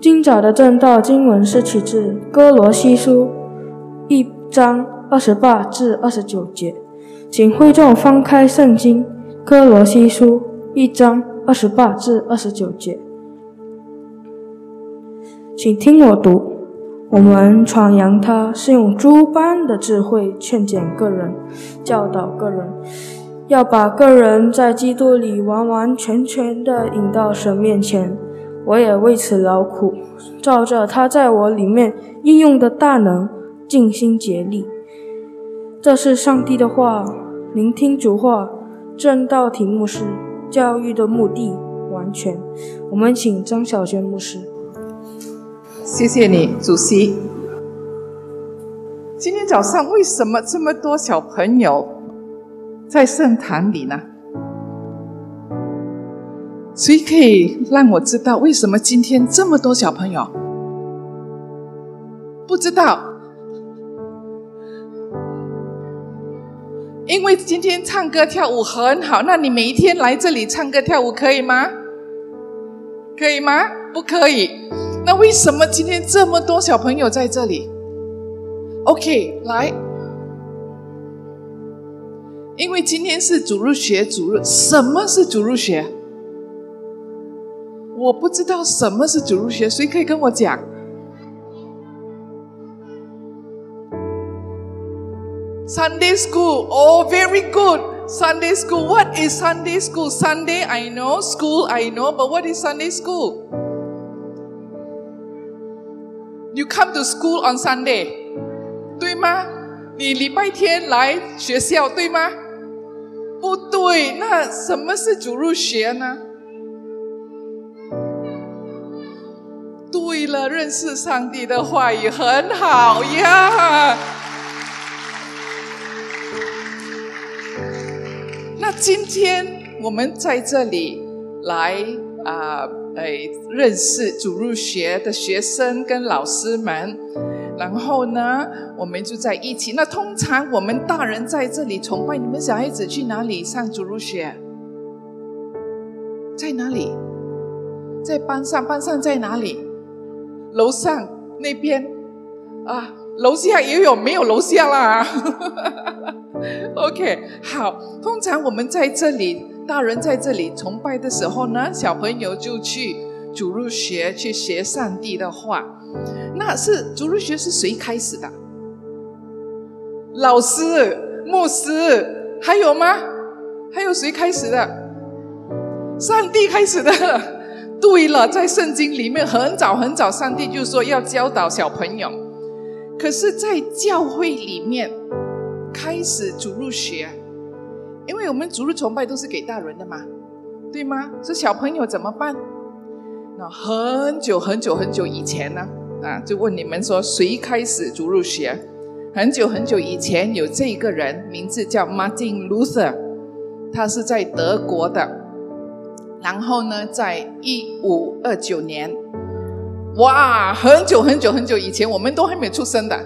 今早的正道经文是取自哥罗西书1章28至29节，请会众翻开圣经哥罗西书1章28至29节，请听我读。我们传扬他是用诸般的智慧劝谏个人，教导个人，要把个人在基督里完完全全地引到神面前。我也为此劳苦，照着他在我里面应用的大能，尽心竭力。这是上帝的话，聆听主话，正道题目是教育的目的完全。我们请张小娟牧师。 谢谢你，主席。今天早上为什么这么多小朋友在圣堂里呢？谁可以让我知道为什么今天这么多小朋友？不知道。因为今天唱歌跳舞很好，那你每一天来这里唱歌跳舞可以吗？可以吗？不可以。那为什么今天这么多小朋友在这里 ？OK， 来。因为今天是主日学主日。什么是主日学？我不知道什么是主日学，谁可以跟我讲？Sunday school. Oh, very good. Sunday school. What is Sunday school? Sunday, I know. School, I know. But what is Sunday school? You come to school on Sunday. 对吗？你礼拜天来学校，对吗？不对。那什么是主日学呢？对了，认识上帝的话语很好呀。那今天我们在这里来认识主日学的学生跟老师们，然后呢我们就在一起。那通常我们大人在这里崇拜，你们小孩子去哪里上主日学？在哪里？在班上。班上在哪里？楼上那边啊，楼下也有，没有楼下啦OK， 好。通常我们在这里，大人在这里崇拜的时候呢，小朋友就去主日学去学上帝的话。那是主日学是谁开始的？老师、牧师，还有吗？还有谁开始的？上帝开始的。对了，在圣经里面很早很早，上帝就说要教导小朋友。可是在教会里面开始主日学，因为我们主日崇拜都是给大人的嘛，对吗？是小朋友怎么办？那很久很久很久以前呢，就问你们说谁开始主日学？很久很久以前有这一个人，名字叫 Martin Luther， 他是在德国的。然后呢，在1529年，哇，很久很久很久以前，我们都还没有出生的，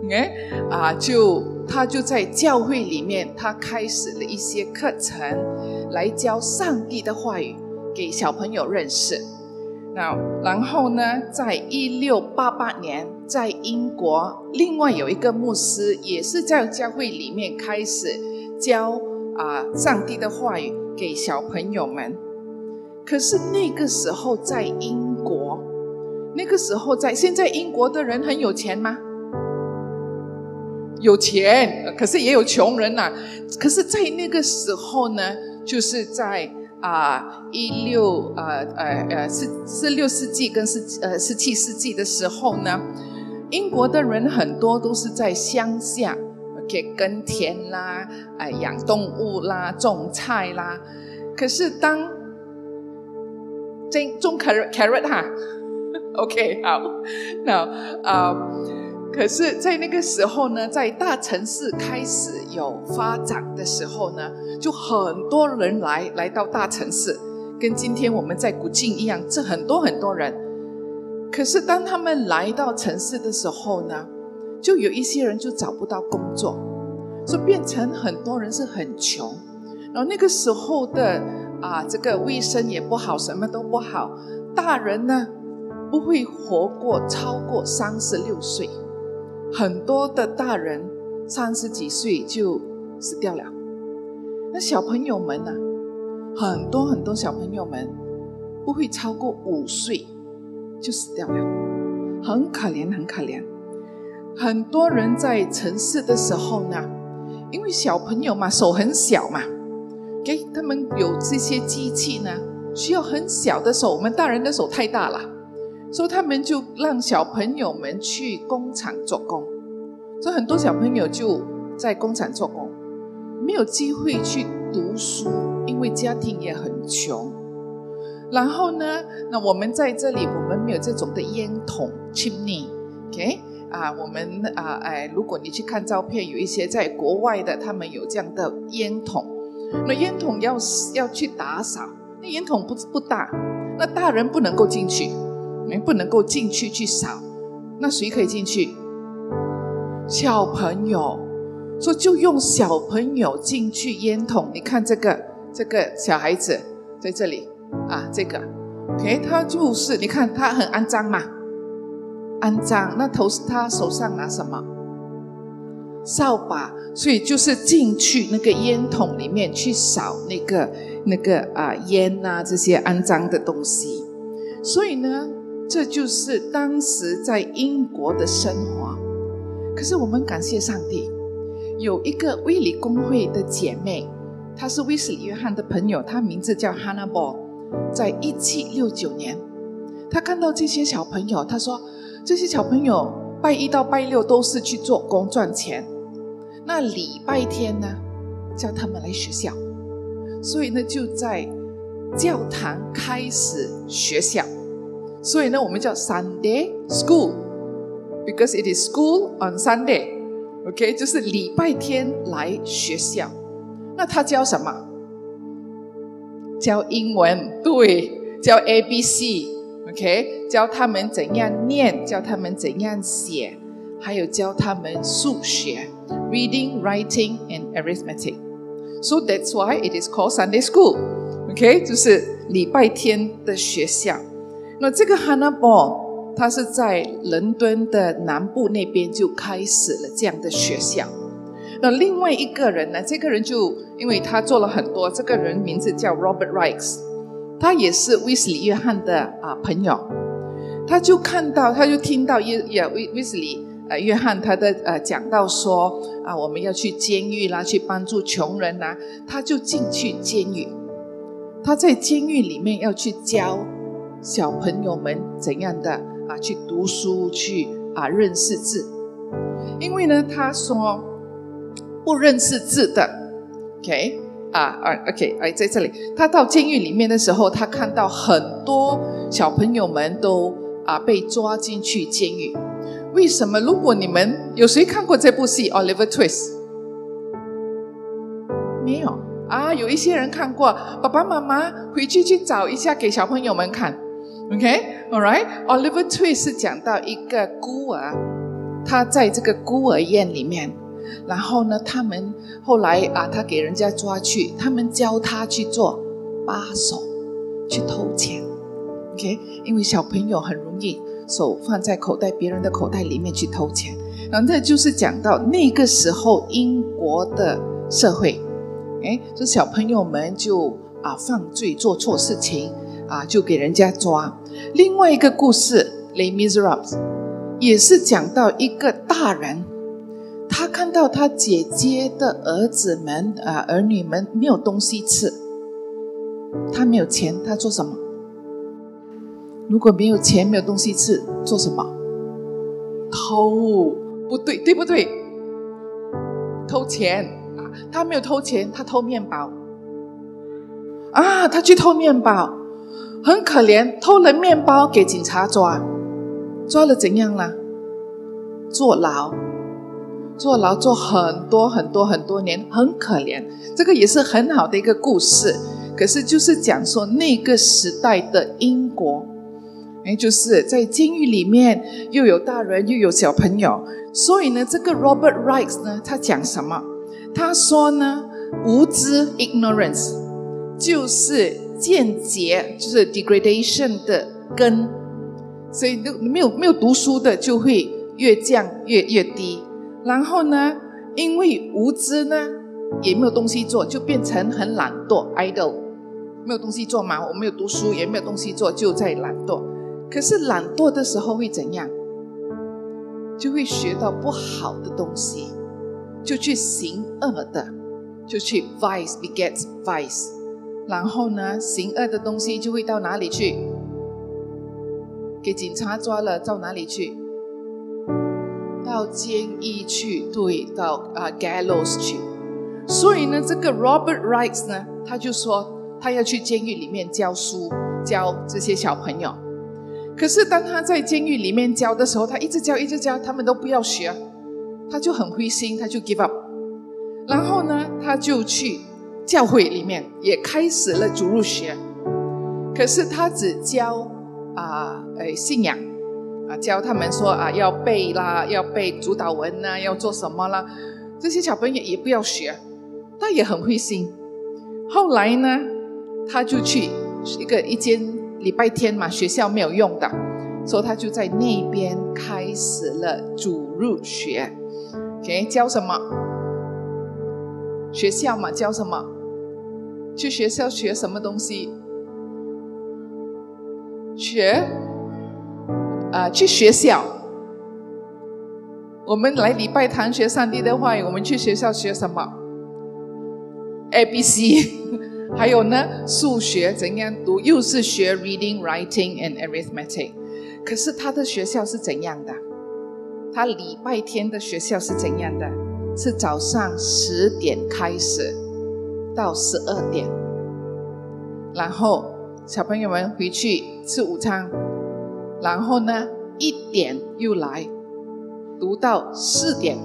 他就在教会里面，他开始了一些课程，来教上帝的话语给小朋友认识。然后呢，在1688年，在英国，另外有一个牧师，也是在教会里面开始教上帝的话语给小朋友们。可是那个时候在英国，现在英国的人很有钱吗？有钱，可是也有穷人呐。可是在那个时候呢，就是在16世纪跟17世纪的时候呢，英国的人很多都是在乡下耕田啦，养动物啦，种菜啦。可是当种 carrot 哈 OK 好。可是在那个时候呢，在大城市开始有发展的时候呢，就很多人来到大城市，跟今天我们在古晋一样，这很多很多人。可是当他们来到城市的时候呢，就有一些人就找不到工作，所以变成很多人是很穷。然后那个时候的这个卫生也不好，什么都不好。大人呢不会活过超过36岁，很多的大人30几岁就死掉了。那小朋友们呢，很多小朋友们不会超过5岁就死掉了，很可怜很可怜。很多人在城市的时候呢，因为小朋友嘛，手很小嘛，他们有这些机器呢，需要很小的手，我们大人的手太大了，所以他们就让小朋友们去工厂做工，所以很多小朋友就在工厂做工，没有机会去读书，因为家庭也很穷。然后呢，那我们在这里，我们没有这种的烟筒 chimney， OK？我们如果你去看照片，有一些在国外的，他们有这样的烟筒。那烟筒要去打扫，那烟筒不大，那大人不能够进去，不能够进去去扫。那谁可以进去？小朋友，所以就用小朋友进去烟筒。你看这个小孩子在这里这个 OK， 他就是你看他很肮脏嘛。肮脏，那他手上拿什么？扫把，所以就是进去那个烟筒里面去扫那个烟这些肮脏的东西。所以呢，这就是当时在英国的生活。可是我们感谢上帝，有一个卫理公会的姐妹，她是威斯理约翰的朋友，她名字叫 Hannah Ball。在1769年，她看到这些小朋友，她说这些小朋友拜1到拜6都是去做工赚钱，那礼拜天呢叫他们来学校，所以呢就在教堂开始学校。所以呢我们叫 Sunday School because it is school on Sunday， OK， 就是礼拜天来学校。那他教什么？教英文，对，教 ABC，OK， 教他们怎样念，教他们怎样写，还有教他们数学 Reading, Writing and Arithmetic. So that's why it is called Sunday School. OK， 就是礼拜天的学校。那这个 Hannah Ball， 她是在伦敦的南部那边就开始了这样的学校。那另外一个人呢，这个人就因为他做了很多，这个人名字叫 Robert Rikes， 他也是威斯理约翰的朋友。他就听到威斯理约翰他的讲到说我们要去监狱啦，去帮助穷人啦，他就进去监狱。他在监狱里面要去教小朋友们怎样的去读书，去认识字。因为呢他说不认识字的 OK 在这里他到监狱里面的时候，他看到很多小朋友们都被抓进去监狱。为什么？如果你们有谁看过这部戏 Oliver Twist？ 没有有一些人看过，爸爸妈妈回去找一下给小朋友们看。 OK alright， Oliver Twist 是讲到一个孤儿，他在这个孤儿院里面，然后呢他们后来他给人家抓去，他们教他去做扒手，去偷钱。 OK， 因为小朋友很容易手放在别人的口袋里面去偷钱。然后这就是讲到那个时候英国的社会，就小朋友们就犯罪做错事情就给人家抓。另外一个故事 Les Miserables 也是讲到一个大人，他看到他姐姐的儿女们没有东西吃，他没有钱，他做什么？如果没有钱没有东西吃，做什么？偷，不对，对不对？偷钱他没有偷钱，他偷面包他去偷面包，很可怜，偷了面包给警察抓了怎样啦？坐牢做很多年，很可怜。这个也是很好的一个故事。可是就是讲说那个时代的英国，就是在监狱里面又有大人又有小朋友。所以呢这个 Robert Rikes 呢他讲什么？他说呢无知 ignorance 就是间接就是 degradation 的根。 所以没有读书的就会越降越低。然后呢，因为无知呢，也没有东西做，就变成很懒惰 idle， 没有东西做嘛，我没有读书也没有东西做，就在懒惰。可是懒惰的时候会怎样？就会学到不好的东西，就去行恶的，就去 vice begets vice。 然后呢，行恶的东西就会到哪里去？给警察抓了到哪里去？到监狱去，对，到gallows 去。所以呢，这个 Robert Wright 呢，他就说他要去监狱里面教书，教这些小朋友。可是当他在监狱里面教的时候，他一直教，他们都不要学，他就很灰心，他就 give up。然后呢，他就去教会里面也开始了主日学，可是他只教信仰教他们说要背啦，要背主祷文啦，要做什么啦，这些小朋友也不要学，他也很灰心。后来呢，他就去一间礼拜天嘛，学校没有用的，所以他就在那边开始了主日学。OK， 教什么？学校嘛，教什么？去学校学什么东西？去学校。我们来礼拜堂学上帝的话语，我们去学校学什么？ ABC 还有呢，数学怎样读，又是学 reading, writing and arithmetic。 可是他的学校是怎样的？他礼拜天的学校是怎样的？是早上10点开始到12点，然后小朋友们回去吃午餐，然后呢1点又来读到4点，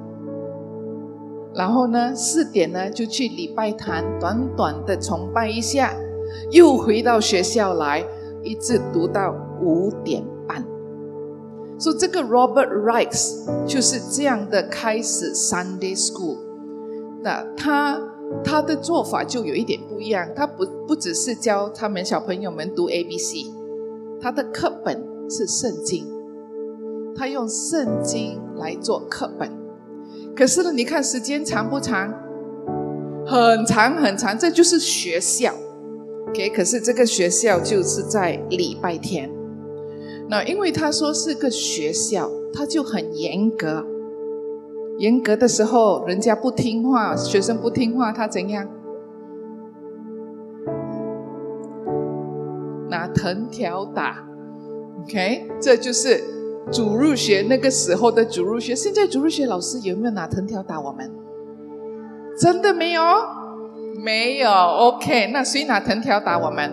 然后呢4点呢就去礼拜堂短短的崇拜一下，又回到学校来，一直读到5点半。所以这个 Robert Wright 就是这样的开始 Sunday School。 那他的做法就有一点不一样，他不只是教他们小朋友们读 ABC， 他的课本是圣经，他用圣经来做课本。可是呢，你看时间长不长？很长很长，这就是学校。 OK， 可是这个学校就是在礼拜天。那因为他说是个学校，他就很严格。严格的时候，人家不听话，学生不听话，他怎样？拿藤条打。 OK， 这就是主日学那个时候的主日学。现在主日学老师有没有拿藤条打我们？真的没有？没有。 OK， 那谁拿藤条打我们？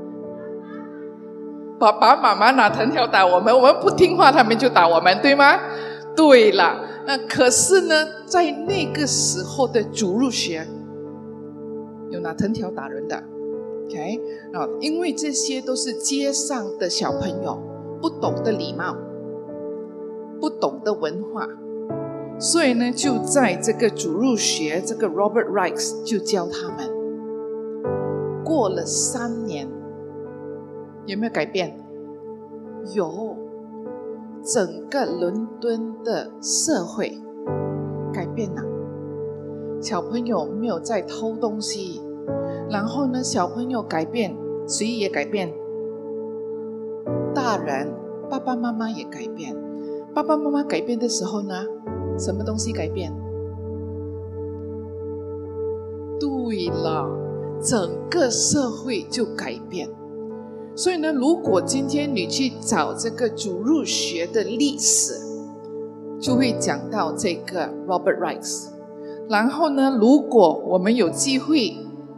爸爸妈妈拿藤条打我们，我们不听话他们就打我们，对吗？对了。那可是呢，在那个时候的主日学有拿藤条打人的。 OK， 因为这些都是街上的小朋友，不懂得礼貌，不懂得文化，所以呢，就在这个主日学，这个 Robert Wright 就教他们。过了3年，有没有改变？有。整个伦敦的社会改变了，小朋友没有再偷东西，然后呢，小朋友改变，谁也改变？大人，爸爸妈妈也改变。爸爸妈妈改变的时候呢，什么东西改变？对了，整个社会就改变。所以呢，如果今天你去找这个主日学的历史，就会讲到这个 Robert Wright。 然后呢，如果我们有机会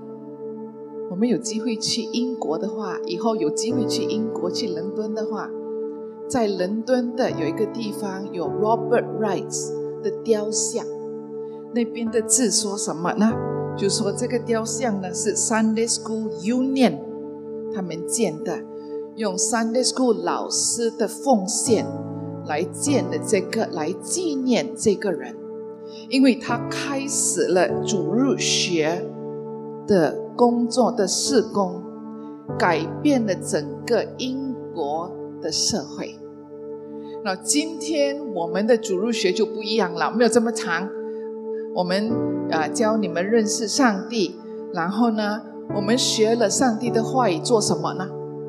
去英国的话，以后有机会去英国去伦敦的话，在伦敦的有一个地方有 Robert Wright 的雕像，那边的字说什么呢？就说这个雕像呢是 Sunday School Union他们建的，用 Sunday School 老师的奉献来建的这个，来纪念这个人，因为他开始了主日学的工作的事工，改变了整个英国的社会。那今天我们的主日学就不一样了，没有这么长。我们教你们认识上帝，然后呢，我们学了上帝的话语做什么呢？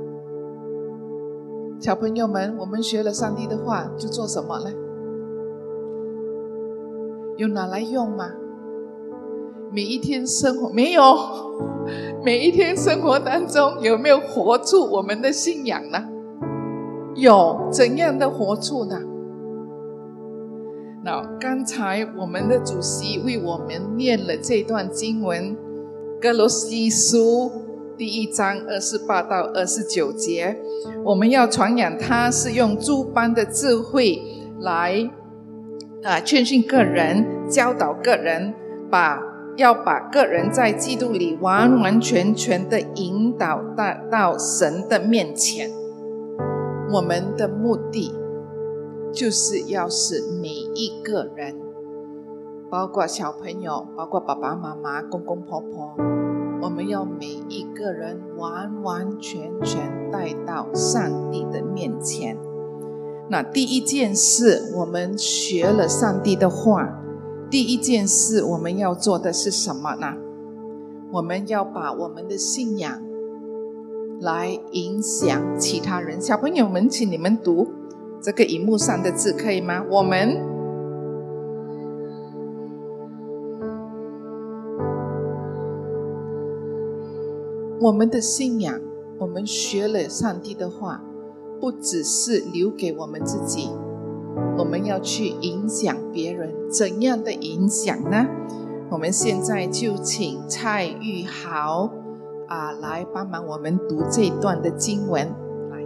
小朋友们，我们学了上帝的话就做什么呢？有拿来用吗？每一天生活没有？每一天生活当中有没有活出我们的信仰呢？有，怎样的活出呢？那刚才我们的主席为我们念了这段经文，哥罗西书第1章28到29节，我们要传扬他是用诸般的智慧来劝训个人，教导个人，要把个人在基督里完完全全的引导到神的面前。我们的目的就是要使每一个人，包括小朋友，包括爸爸妈妈、公公婆婆，我们要每一个人完完全全带到上帝的面前。那第一件事，我们学了上帝的话，第一件事我们要做的是什么呢？我们要把我们的信仰来影响其他人。小朋友们，请你们读这个荧幕上的字，可以吗？我们的信仰，我们学了上帝的话，不只是留给我们自己，我们要去影响别人。怎样的影响呢？我们现在就请蔡玉豪来帮忙我们读这一段的经文。来，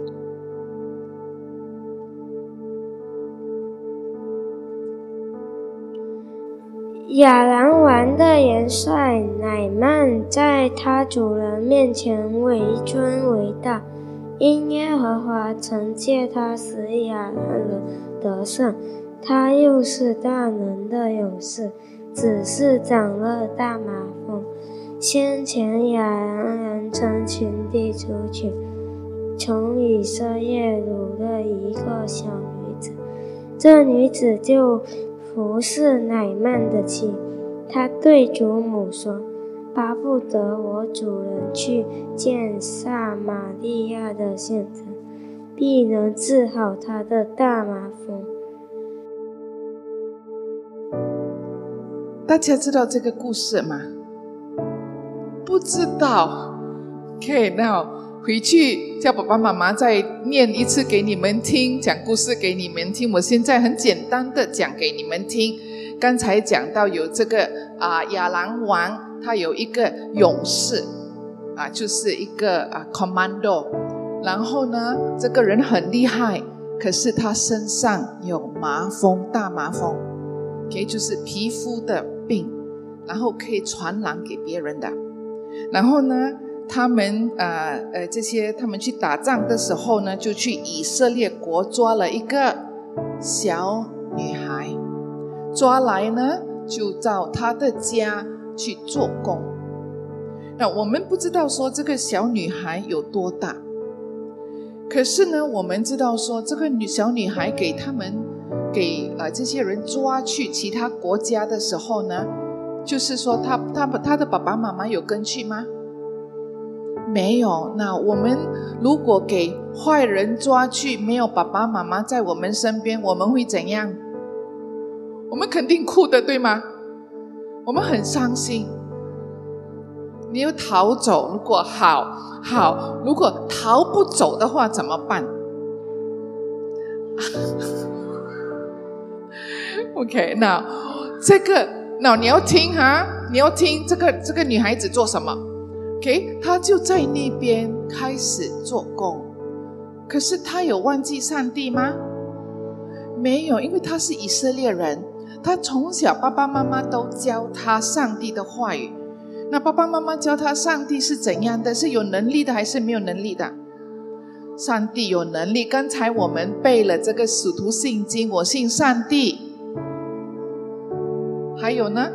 亚兰王的元帅乃曼在他主人面前为尊为大，因耶和华曾借他使亚兰人得胜。他又是大能的勇士，只是长了大麻风。先前亚兰人曾群地出去，从以色列掳了一个小女子，这女子就服侍乃曼的妻。他对主母说，巴不得我主人去见撒玛利亚的先知，必能治好他的大麻风。 大家知道这个故事吗？不知道。OK， 那回去叫爸爸妈妈再念一次给你们听，讲故事给你们听。我现在很简单的讲给你们听。刚才讲到有这个亚兰王，他有一个勇士就是一个commando， 然后呢这个人很厉害，可是他身上有麻风，大麻风，OK， 就是皮肤的病，然后可以传染给别人的。然后呢他们他们去打仗的时候呢，就去以色列国抓了一个小女孩，抓来呢就到她的家去做工。那我们不知道说这个小女孩有多大，可是呢我们知道说这个小女孩给这些人抓去其他国家的时候呢，就是说她的爸爸妈妈有跟去吗？没有。那我们如果给坏人抓去，没有爸爸妈妈在我们身边，我们会怎样？我们肯定哭的，对吗？我们很伤心。你要逃走，如果好，如果逃不走的话怎么办？OK， 那你要听你要听这个女孩子做什么 ？OK， 她就在那边开始做工，可是她有忘记上帝吗？没有，因为她是以色列人，她从小爸爸妈妈都教她上帝的话语。那爸爸妈妈教她上帝是怎样的？是有能力的还是没有能力的？上帝有能力。刚才我们背了这个使徒信经，我信上帝。还有呢，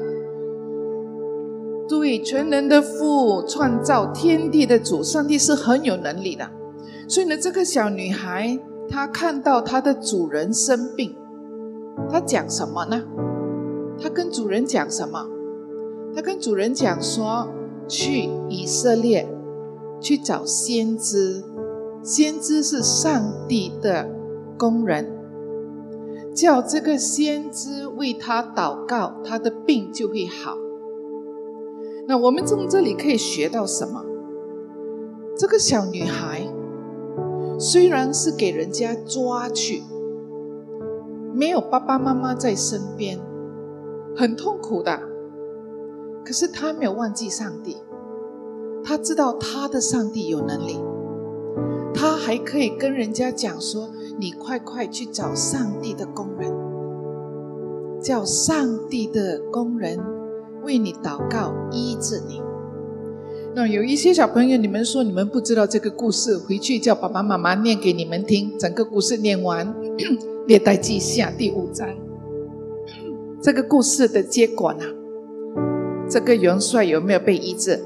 对，全能的父，创造天地的主，上帝是很有能力的。所以呢，这个小女孩他看到他的主人生病，他讲什么呢？他跟主人讲什么？他跟主人讲说，去以色列去找先知，先知是上帝的工人，叫这个先知为他祷告，他的病就会好。那我们从这里可以学到什么？这个小女孩虽然是给人家抓去，没有爸爸妈妈在身边，很痛苦的，可是她没有忘记上帝，她知道她的上帝有能力，她还可以跟人家讲说，你快快去找上帝的工人，叫上帝的工人为你祷告，医治你。那有一些小朋友，你们说你们不知道这个故事，回去叫爸爸妈妈念给你们听，整个故事念完列代记下第5章。这个故事的结果呢，这个元帅有没有被医治？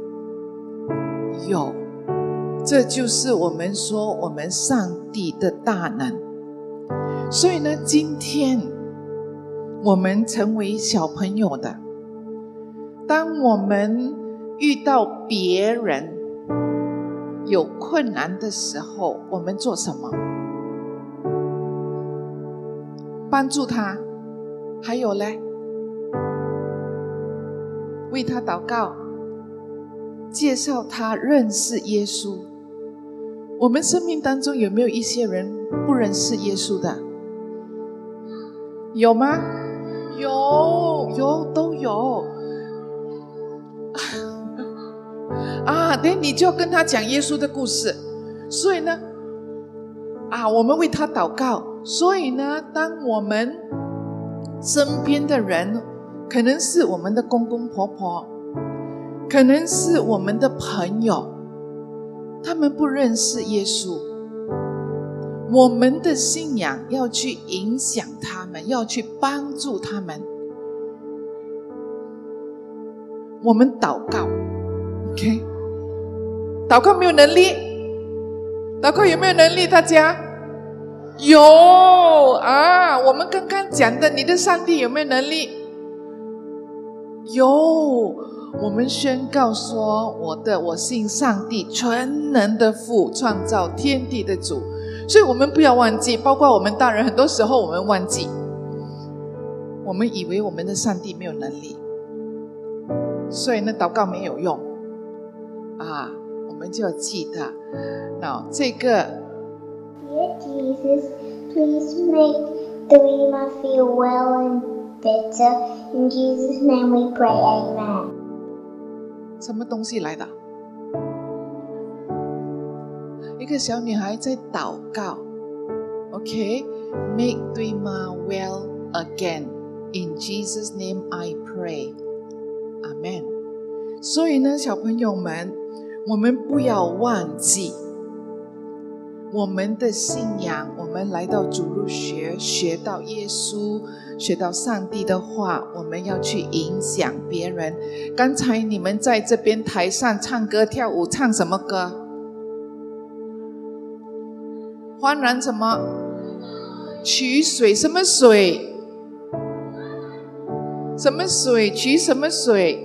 有。这就是我们说我们上帝的大能。所以呢，今天我们成为小朋友的，当我们遇到别人有困难的时候，我们做什么？帮助他，还有呢，为他祷告，介绍他认识耶稣。我们生命当中有没有一些人不认识耶稣的？有吗？有，都有。对，你就要跟他讲耶稣的故事。所以呢，我们为他祷告。所以呢，当我们身边的人，可能是我们的公公婆婆，可能是我们的朋友，他们不认识耶稣，我们的信仰要去影响他们，要去帮助他们。我们祷告 OK， 祷告没有能力？祷告有没有能力？大家有我们刚刚讲的，你的上帝有没有能力？有。我们宣告说，我信上帝全能的父，创造天地的主。所以我们不要忘记，包括我们大人，很多时候我们忘记，我们以为我们的上帝没有能力，所以呢，祷告没有用我们就要记得。那这个 Dear Jesus, please make the Rima feel well and better. In Jesus' name we pray, Amen. 什么东西来的？一个小女孩在祷告 OK， Make Rima well again. In Jesus' name I pray, Amen. 所以呢，小朋友们，我们不要忘记我们的信仰。我们来到主日学，学到耶稣，学到上帝的话，我们要去影响别人。刚才你们在这边台上唱歌跳舞，唱什么歌？欢然什么？取水？什么水？什么水？取什么水？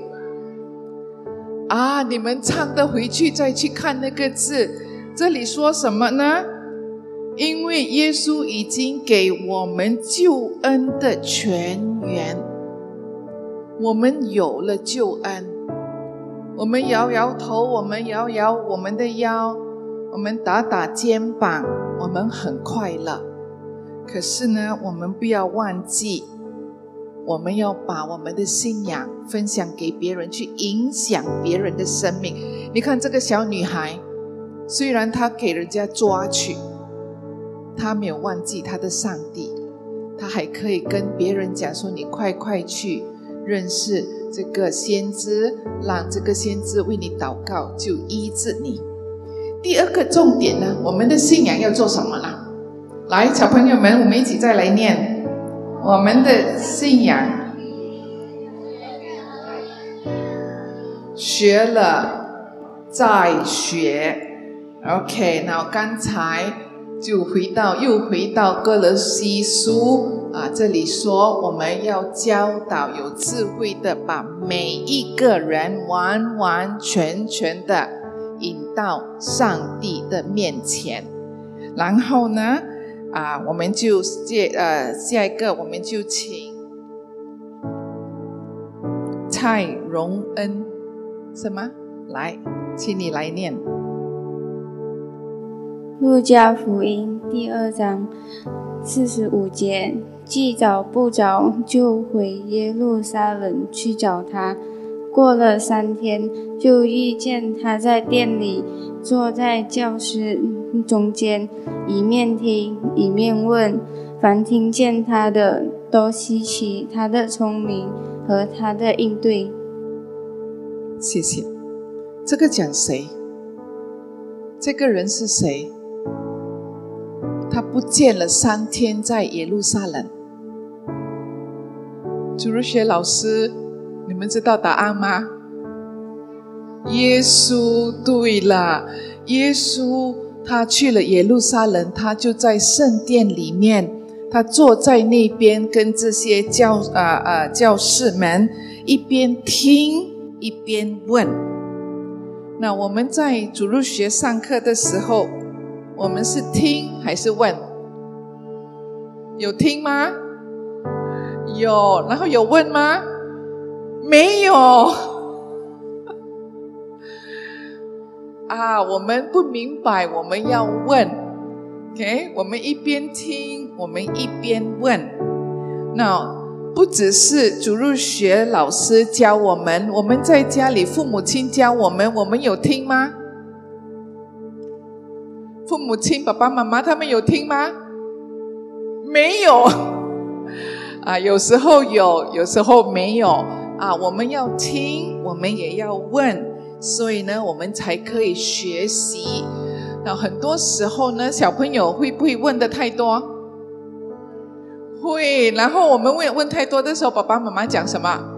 你们唱的回去再去看那个字，这里说什么呢？因为耶稣已经给我们救恩的泉源，我们有了救恩，我们摇摇头，我们摇摇我们的腰，我们打打肩膀，我们很快乐。可是呢，我们不要忘记，我们要把我们的信仰分享给别人，去影响别人的生命。你看这个小女孩，虽然她给人家抓去，她没有忘记她的上帝，她还可以跟别人讲说，你快快去认识这个先知，让这个先知为你祷告，就医治你。第二个重点呢，我们的信仰要做什么呢？来，小朋友们，我们一起再来念我们的信仰。学了再学 OK， 那刚才就又回到歌罗西书这里说我们要教导有智慧的把每一个人完完全全的引到上帝的面前。然后呢我们就下一个我们就请蔡荣恩是吗？来，请你来念。 路加福音第2章45节，既早不早就回耶路撒冷去找他。过了3天，就遇见他在殿里，坐在教师中间，一面听一面问。凡听见他的，都稀奇他的聪明和他的应对。 谢谢。这个讲谁？这个人是谁？他不见了3天在耶路撒冷。主日学老师，你们知道答案吗？耶稣。对了，耶稣他去了耶路撒冷，他就在圣殿里面，他坐在那边跟这些教士们一边听一边问。那我们在主日学上课的时候，我们是听还是问？有听吗？有。然后有问吗？没有。我们不明白，我们要问。OK， 我们一边听，我们一边问。那不只是主日学老师教我们，我们在家里父母亲教我们，我们有听吗？父母亲爸爸妈妈他们有听吗？没有。有时候有，有时候没有。我们要听，我们也要问，所以呢我们才可以学习。那很多时候呢，小朋友会不会问的太多？会。然后我们问太多的时候，爸爸妈妈讲什么？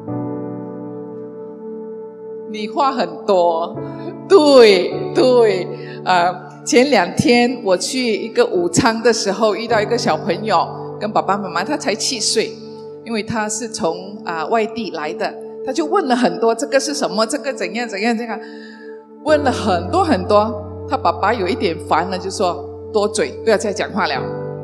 你话很多。对。前2天我去一个午餐的时候，遇到一个小朋友跟爸爸妈妈，他才7岁，因为他是从外地来的，他就问了很多，这个是什么，这个怎样，这个问了很多很多。他爸爸有一点烦了，就说多嘴，不要再讲话了。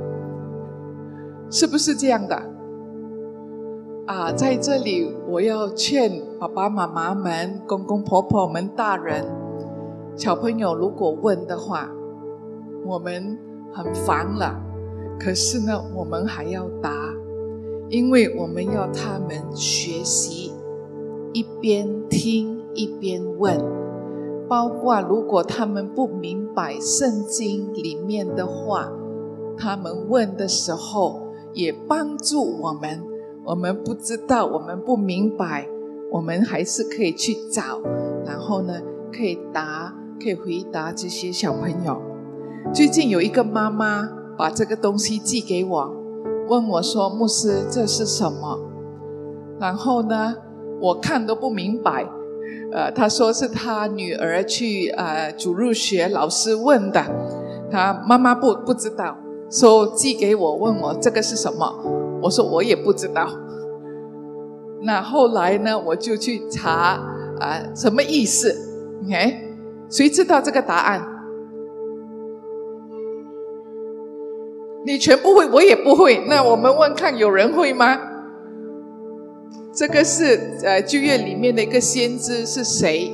是不是这样的？在这里我要劝爸爸妈妈们、公公婆婆们、大人，小朋友如果问的话，我们很烦了，可是呢我们还要答，因为我们要他们学习，一边听一边问。包括如果他们不明白圣经里面的话，他们问的时候也帮助我们。我们不知道，我们不明白，我们还是可以去找，然后呢可以回答这些小朋友。最近有一个妈妈把这个东西寄给我，问我说，牧师这是什么？然后呢我看都不明白。他说是他女儿去主日学老师问的，他妈妈不知道，说寄给我，问我这个是什么。我说我也不知道。那后来呢我就去查什么意思。 OK， 谁知道这个答案？你全不会，我也不会，那我们问看有人会吗？这个是旧约里面的一个先知，是谁？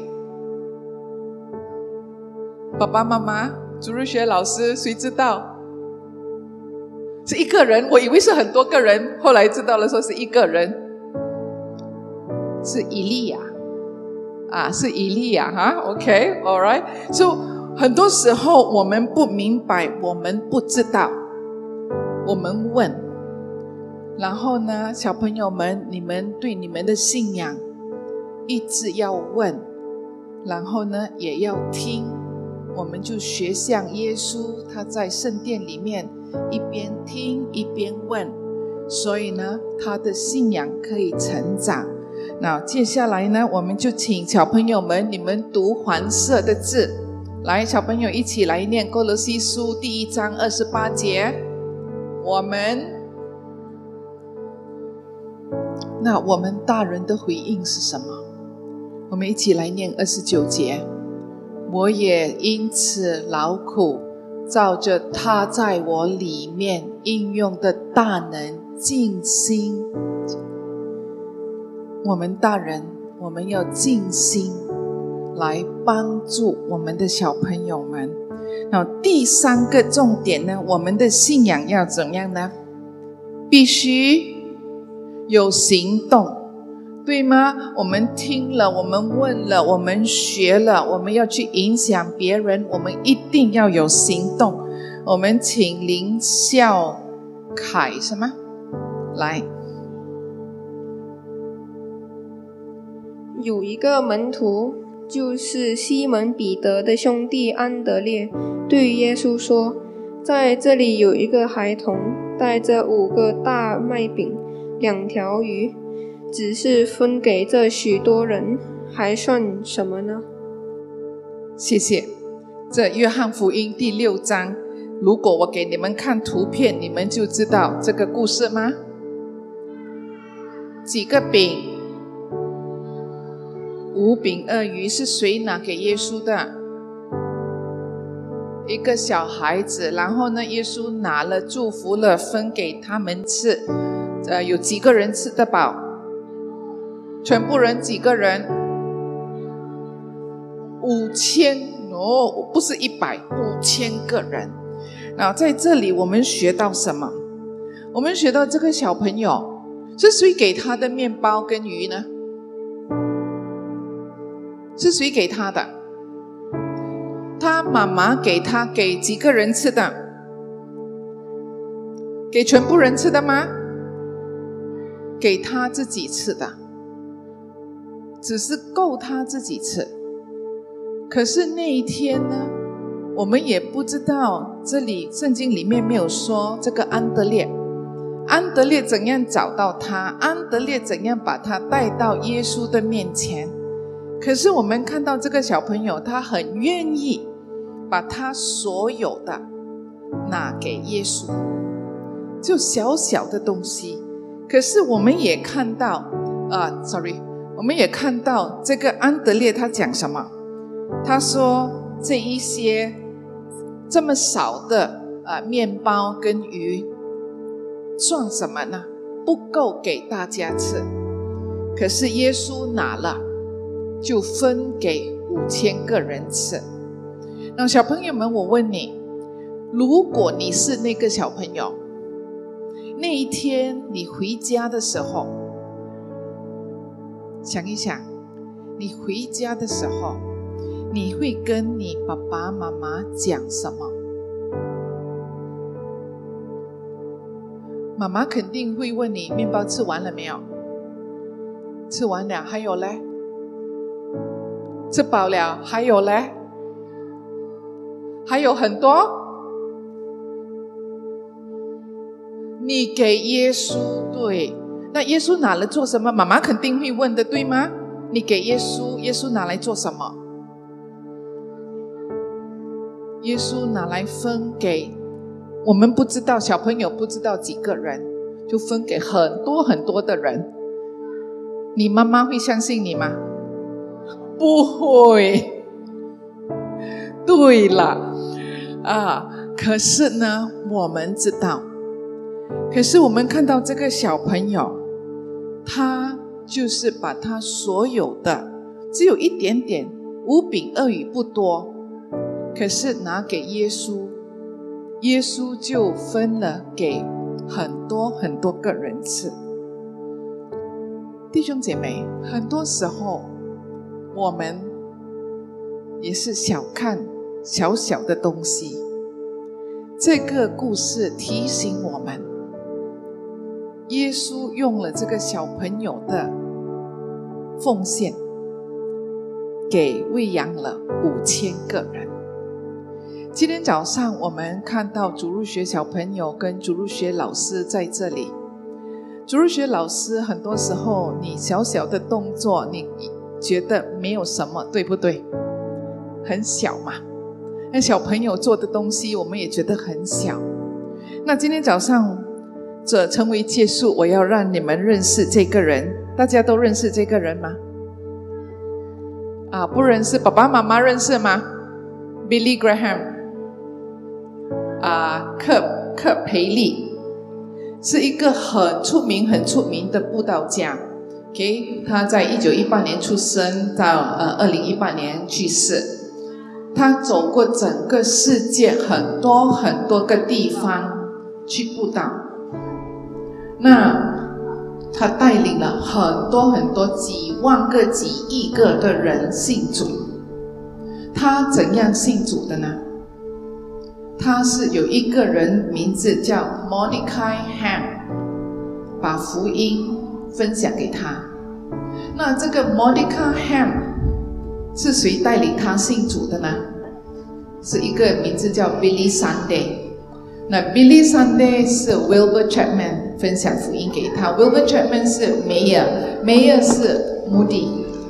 爸爸妈妈、主日学老师，谁知道？是一个人，我以为是很多个人，后来知道了说是一个人，是以利亚是以利亚OK alright。 So 很多时候我们不明白，我们不知道，我们问。然后呢小朋友们，你们对你们的信仰一直要问，然后呢也要听。我们就学像耶稣，他在圣殿里面一边听一边问，所以呢他的信仰可以成长。那接下来呢我们就请小朋友们，你们读黄色的字， 来，小朋友一起来念歌罗西书第1章28节。我们大人的回应是什么？我们一起来念29节。我也因此劳苦，照着他在我里面应用的大能尽心。我们大人，我们要尽心来帮助我们的小朋友们。然后第3个重点呢，我们的信仰要怎样呢？必须有行动，对吗？我们听了，我们问了，我们学了，我们要去影响别人，我们一定要有行动。我们请林孝凯什么来。 有一个门徒，就是西门彼得的兄弟安德烈，对耶稣说，在这里有一个孩童带着5个大麦饼2条鱼，只是分给这许多人，还算什么呢？ 谢谢。这约翰福音第6章，如果我给你们看图片，你们就知道这个故事吗？几个饼？5饼2鱼是谁拿给耶稣的？一个小孩子。然后呢，耶稣拿了祝福了，分给他们吃。有几个人吃得饱？全部人几个人？5000不是100，5000个人。然后在这里我们学到什么？我们学到这个小朋友是谁给他的面包跟鱼呢？是谁给他的？他妈妈给他，给几个人吃的？给全部人吃的吗？给他自己吃的，只是够他自己吃。可是那一天呢，我们也不知道，这里圣经里面没有说这个安德烈怎样找到他，安德烈怎样把他带到耶稣的面前。可是我们看到这个小朋友，他很愿意把他所有的拿给耶稣，就小小的东西。可是我们也看到我们也看到这个安德烈他讲什么？他说这一些这么少的面包跟鱼算什么呢？不够给大家吃。可是耶稣拿了就分给5000个人吃。那小朋友们，我问你，如果你是那个小朋友，那一天你回家的时候，想一想，你回家的时候，你会跟你爸爸妈妈讲什么？妈妈肯定会问你，面包吃完了没有？吃完了，还有嘞？吃饱了，还有嘞？还有很多。你给耶稣，对，那耶稣拿来做什么？妈妈肯定会问的，对吗？你给耶稣，耶稣拿来做什么？耶稣拿来分给我们不知道，小朋友不知道几个人，就分给很多很多的人。你妈妈会相信你吗？不会。对了可是呢，我们知道，可是我们看到这个小朋友，他就是把他所有的，只有一点点，5饼2鱼不多，可是拿给耶稣，耶稣就分了给很多很多个人吃。弟兄姐妹，很多时候我们也是小看小小的东西。这个故事提醒我们，耶稣用了这个小朋友的奉献，给喂养了5000个人。今天早上我们看到主日学小朋友跟主日学老师在这里。主日学老师很多时候你小小的动作你觉得没有什么，对不对？很小嘛， 那小朋友做的东西我们也觉得很小。那今天早上这成为结束，我要让你们认识这个人。大家都认识这个人吗？不认识。爸爸妈妈认识吗？ Billy Graham 克培利是一个很出名的布道家。Okay? 他在1918年出生，到2018年去世。他走过整个世界很多个地方去布道。那他带领了很多几万个几亿个的人信主。他怎样信主的呢？他是有一个人名字叫 Mordecai Ham， 把福音分享给他。那这个 Mordecai Ham 是谁带领他信主的呢？是一个名字叫 Billy Sunday。那 Billy Sunday 是 Wilbur Chapman 分享福音给他。 Wilbur Chapman 是 Mayer 是 Moody。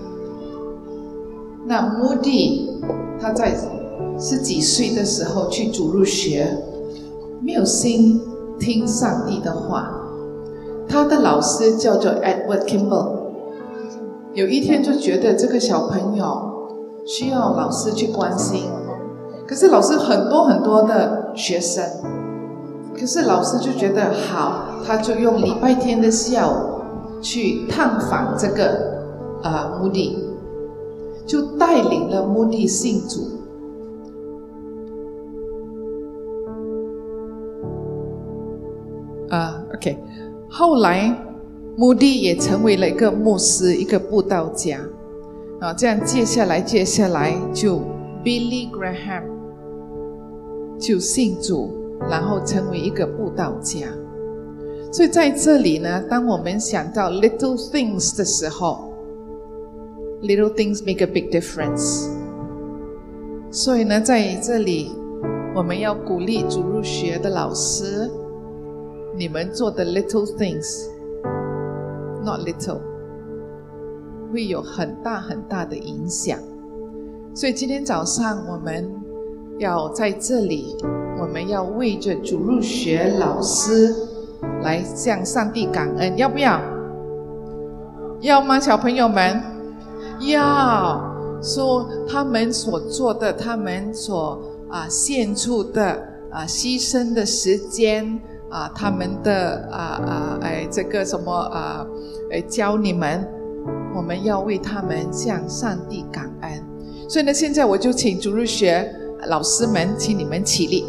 那 Moody 他在10几岁的时候去主日学，没有心听上帝的话。他的老师叫做 Edward Kimball， 有一天就觉得这个小朋友需要老师去关心，可是老师很多的学生，可是老师就觉得好，他就用礼拜天的下午去探访这个Moody， 就带领了Moody信主。OK， 后来Moody也成为了一个牧师，一个布道家。这样接下来就 Billy Graham 就信主，然后成为一个布道家。所以在这里呢，当我们想到 little things 的时候， little things make a big difference。 所以呢，在这里我们要鼓励主日学的老师，你们做的 little things not little 会有很大的影响。所以今天早上我们要在这里，我们要为着主日学老师来向上帝感恩，要不要？要吗，小朋友们？要。说他们所做的，他们所献出的牺牲的时间他们的这个什么教你们，我们要为他们向上帝感恩。所以呢，现在我就请主日学老师们，请你们起立。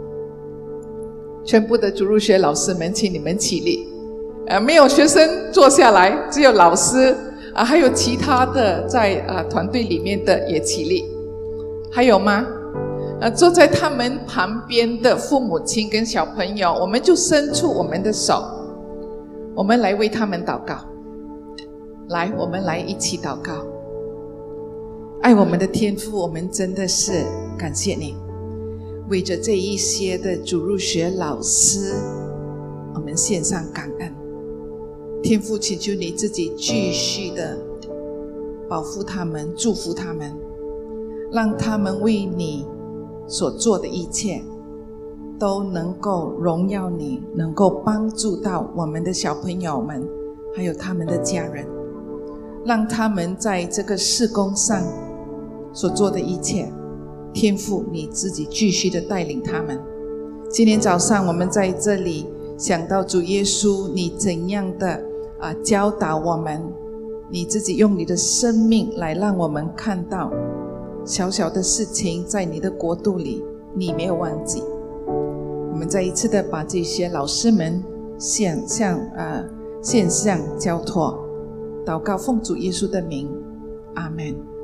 全部的主日学老师们，请你们起立。没有学生坐下来，只有老师还有其他的在团队里面的也起立。还有吗？坐在他们旁边的父母亲跟小朋友，我们就伸出我们的手，我们来为他们祷告。来，我们来一起祷告。爱我们的天父，我们真的是感谢你，为着这一些的主日学老师，我们献上感恩。天父，祈求你自己继续的保护他们，祝福他们，让他们为你所做的一切都能够荣耀你，能够帮助到我们的小朋友们还有他们的家人，让他们在这个事工上所做的一切，天父你自己继续的带领他们。今天早上我们在这里想到主耶稣，你怎样的教导我们，你自己用你的生命来让我们看到小小的事情在你的国度里你没有忘记。我们再一次的把这些老师们线上交托，祷告奉主耶稣的名，阿们。